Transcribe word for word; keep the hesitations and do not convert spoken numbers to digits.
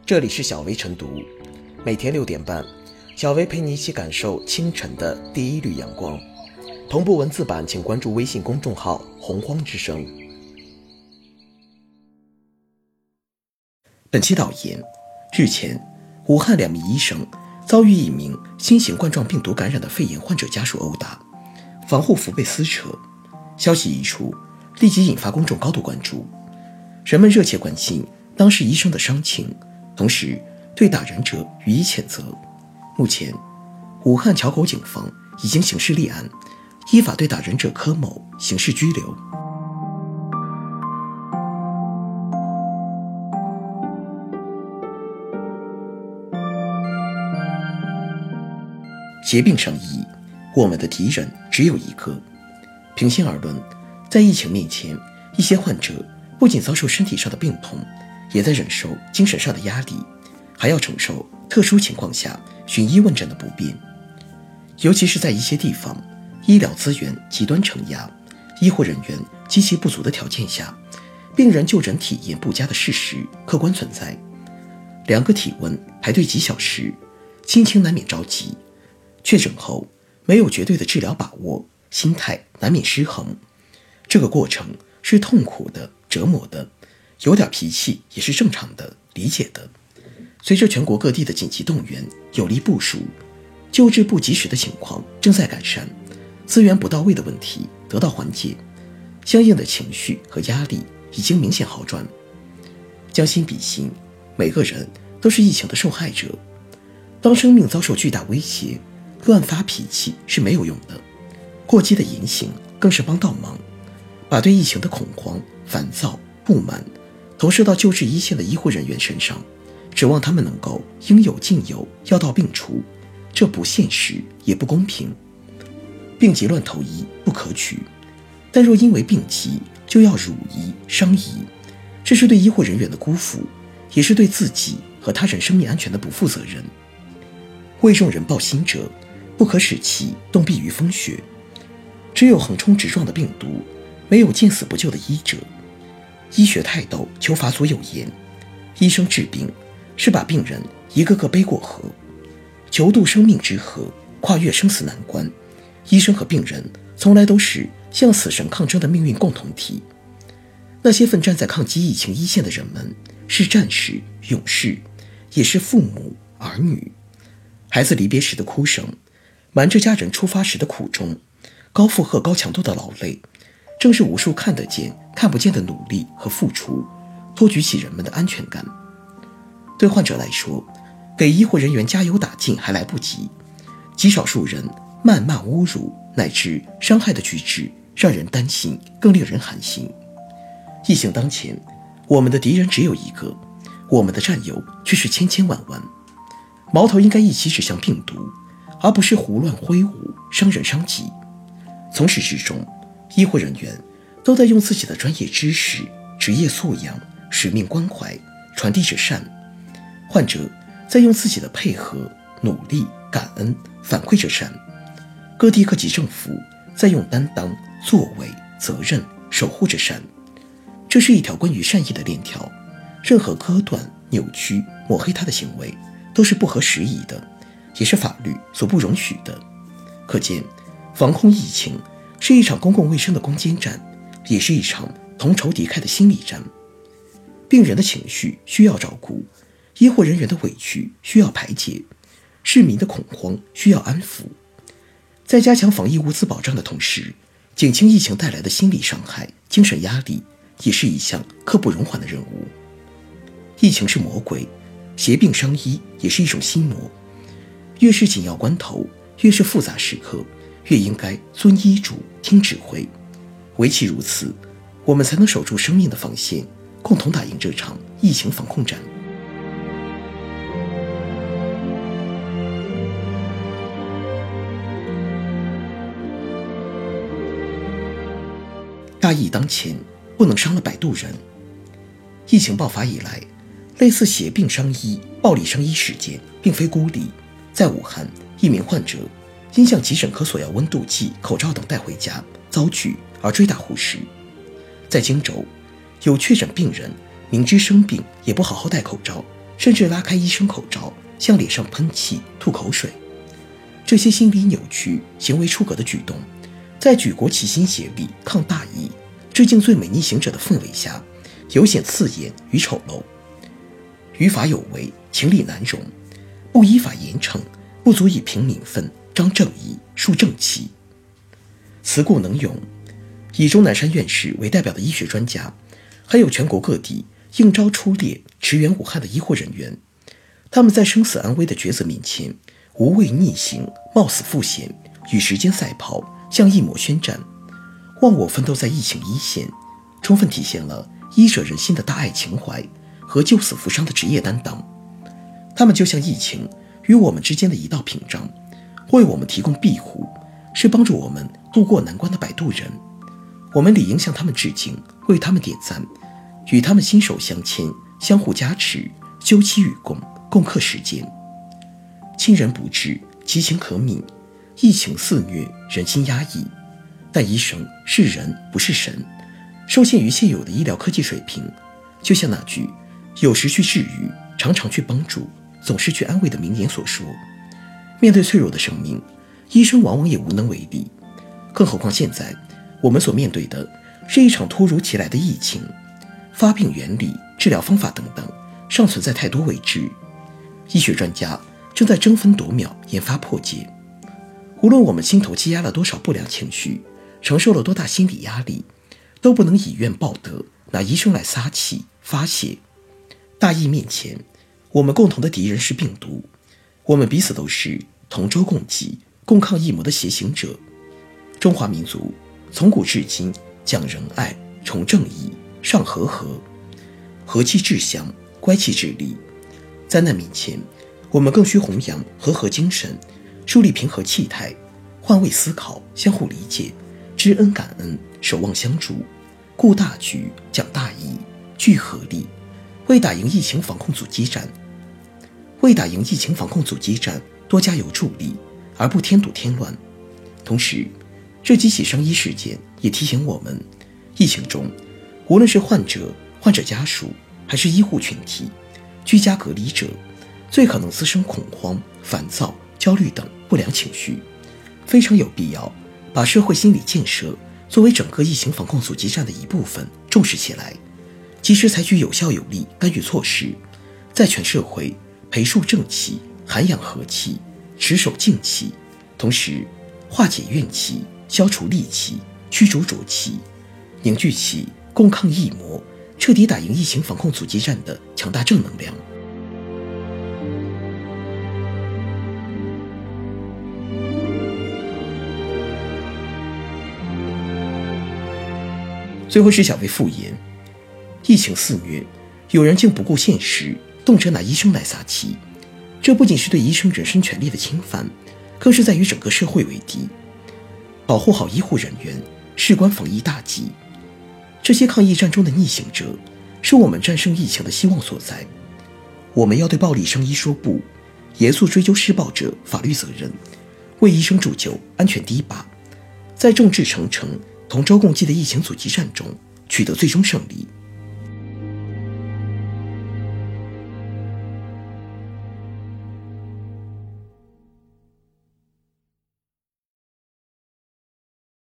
这里是小薇晨读，每天六点半，小薇陪你一起感受清晨的第一缕阳光。同步文字版请关注微信公众号洪荒之声。本期导言：日前，武汉两名医生遭遇一名新型冠状病毒感染的肺炎患者家属殴打，防护服被撕扯。消息一出，立即引发公众高度关注，人们热切关心当事医生的伤情，同时对打人者予以谴责。目前，武汉硚口警方已经刑事立案，依法对打人者柯某刑事拘留。邪病上医，我们的敌人只有一个。平心而论，在疫情面前，一些患者不仅遭受身体上的病痛，也在忍受精神上的压力，还要承受特殊情况下寻医问诊的不便。尤其是在一些地方，医疗资源极端承压，医护人员极其不足的条件下，病人就诊体验不佳的事实客观存在。量个体温排队几小时，心情难免着急，确诊后没有绝对的治疗把握，心态难免失衡。这个过程是痛苦的、折磨的，有点脾气也是正常的、理解的。随着全国各地的紧急动员有力部署，救治不及时的情况正在改善，资源不到位的问题得到缓解，相应的情绪和压力已经明显好转。将心比心，每个人都是疫情的受害者。当生命遭受巨大威胁，乱发脾气是没有用的，过激的言行更是帮倒忙，把对疫情的恐慌、烦躁、不满投射到救治一线的医护人员身上，指望他们能够应有尽有，药到病除，这不现实也不公平。病急乱投医不可取，但若因为病急就要辱医伤医，这是对医护人员的辜负，也是对自己和他人生命安全的不负责任。为众人抱薪者，不可使其冻毙于风雪。只有横冲直撞的病毒，没有见死不救的医者。医学泰斗裘法祖有言，医生治病是把病人一个个背过河，求渡生命之河，跨越生死难关。医生和病人从来都是向死神抗争的命运共同体。那些奋战在抗击疫情一线的人们，是战士、勇士，也是父母、儿女。孩子离别时的哭声，瞒着家人出发时的苦衷，高负荷高强度的劳累，正是无数看得见看不见的努力和付出，托举起人们的安全感。对患者来说，给医护人员加油打劲还来不及，极少数人谩骂侮辱乃至伤害的举止让人担心，更令人寒心。疫情当前，我们的敌人只有一个，我们的战友却是千千万万。矛头应该一起指向病毒，而不是胡乱挥舞，伤人伤己。从始至终，医护人员都在用自己的专业知识、职业素养、使命关怀传递着善，患者在用自己的配合、努力、感恩反馈着善，各地各级政府在用担当、作为、责任守护着善。这是一条关于善意的链条，任何割断、扭曲、抹黑它的行为都是不合时宜的，也是法律所不容许的。可见，防控疫情是一场公共卫生的攻坚战，也是一场同仇敌忾的心理战。病人的情绪需要照顾，医护人员的委屈需要排解，市民的恐慌需要安抚。在加强防疫物资保障的同时，减轻疫情带来的心理伤害、精神压力，也是一项刻不容缓的任务。疫情是魔鬼，邪病伤医也是一种心魔。越是紧要关头，越是复杂时刻，越应该遵医嘱、听指挥。唯其如此，我们才能守住生命的防线，共同打赢这场疫情防控战。大疫当前，不能伤了摆渡人。疫情爆发以来，类似邪病伤医、暴力伤医事件并非孤立。在武汉，一名患者因向急诊科索要温度计、口罩等带回家，遭拒而追打护士。在荆州，有确诊病人明知生病也不好好戴口罩， 甚至拉开医生口罩向脸上喷气吐口水。这些心理扭曲行为出格的举动，在举国齐心协力抗大疫致敬最美逆行者的氛围下，尤显刺眼与丑陋。于法有为，情理难容，不依法严惩，不足以平民愤张正义树正气。慈故能勇，以钟南山院士为代表的医学专家，还有全国各地应召出列驰援武汉的医护人员，他们在生死安危的抉择面前，无畏逆行，冒死赴险，与时间赛跑，向疫魔宣战，忘我奋斗在疫情一线，充分体现了医者仁心的大爱情怀和救死扶伤的职业担当。他们就像疫情与我们之间的一道屏障，为我们提供庇护，是帮助我们渡过难关的摆渡人。我们理应向他们致敬，为他们点赞，与他们心手相牵，相互加持，休戚与共，共克时艰。亲人不治，其情可悯，疫情肆虐，人心压抑，但医生是人不是神，受限于现有的医疗科技水平，就像那句有时去治愈，常常去帮助，总是去安慰的名言所说，面对脆弱的生命，医生往往也无能为力。更何况现在我们所面对的是一场突如其来的疫情，发病原理、治疗方法等等尚存在太多未知，医学专家正在争分夺秒研发破解。无论我们心头积压了多少不良情绪，承受了多大心理压力，都不能以怨报德，拿医生来撒气发泄。大疫面前，我们共同的敌人是病毒，我们彼此都是同舟共济、共抗疫魔的协行者。中华民族从古至今讲仁爱、崇正义、尚和和，和气致祥，乖气致力。灾难面前，我们更需弘扬和合精神，树立平和气态，换位思考，相互理解，知恩感恩，守望相助，顾大局，讲大义，聚合力，为打赢疫情防控阻击战，为打赢疫情防控阻击战多加油助力，而不添堵添乱。同时，这几起伤医事件也提醒我们，疫情中，无论是患者、患者家属，还是医护群体、居家隔离者，最可能滋生恐慌、烦躁、焦虑等不良情绪，非常有必要把社会心理建设作为整个疫情防控阻击战的一部分重视起来，及时采取有效有力干预措施，在全社会培树正气、涵养和气、持守静气，同时化解怨气、消除戾气、驱逐浊气，凝聚起共抗疫魔、彻底打赢疫情防控阻击战的强大正能量。最后是小薇复言，疫情肆虐，有人竟不顾现实，动辄拿医生来撒气，这不仅是对医生人身权利的侵犯，更是在与整个社会为敌。保护好医护人员，事关防疫大计。这些抗疫战中的逆行者，是我们战胜疫情的希望所在。我们要对暴力生医说不，严肃追究施暴者法律责任，为医生铸就安全堤坝，在众志成城、同舟共济的疫情阻击战中取得最终胜利。